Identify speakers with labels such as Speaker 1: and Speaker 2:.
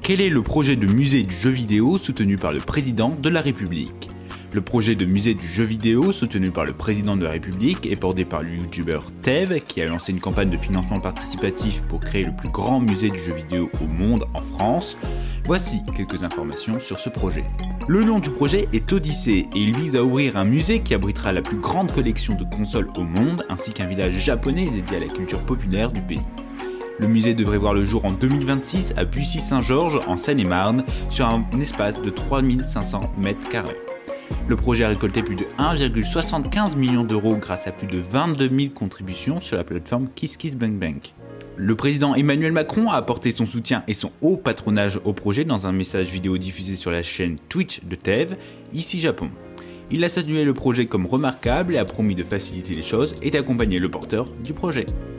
Speaker 1: Quel est le projet de musée du jeu vidéo soutenu par le président de la République ? Le projet de musée du jeu vidéo soutenu par le président de la République est porté par le youtubeur Tev, qui a lancé une campagne de financement participatif pour créer le plus grand musée du jeu vidéo au monde en France. Voici quelques informations sur ce projet. Le nom du projet est Odyssée et il vise à ouvrir un musée qui abritera la plus grande collection de consoles au monde ainsi qu'un village japonais dédié à la culture populaire du pays. Le musée devrait voir le jour en 2026 à Bussy-Saint-Georges en Seine-et-Marne sur un espace de 3500 m². Le projet a récolté plus de 1,75 million d'euros grâce à plus de 22 000 contributions sur la plateforme KissKissBankBank. Le président Emmanuel Macron a apporté son soutien et son haut patronage au projet dans un message vidéo diffusé sur la chaîne Twitch de Tev, ici Japon. Il a salué le projet comme remarquable et a promis de faciliter les choses et d'accompagner le porteur du projet.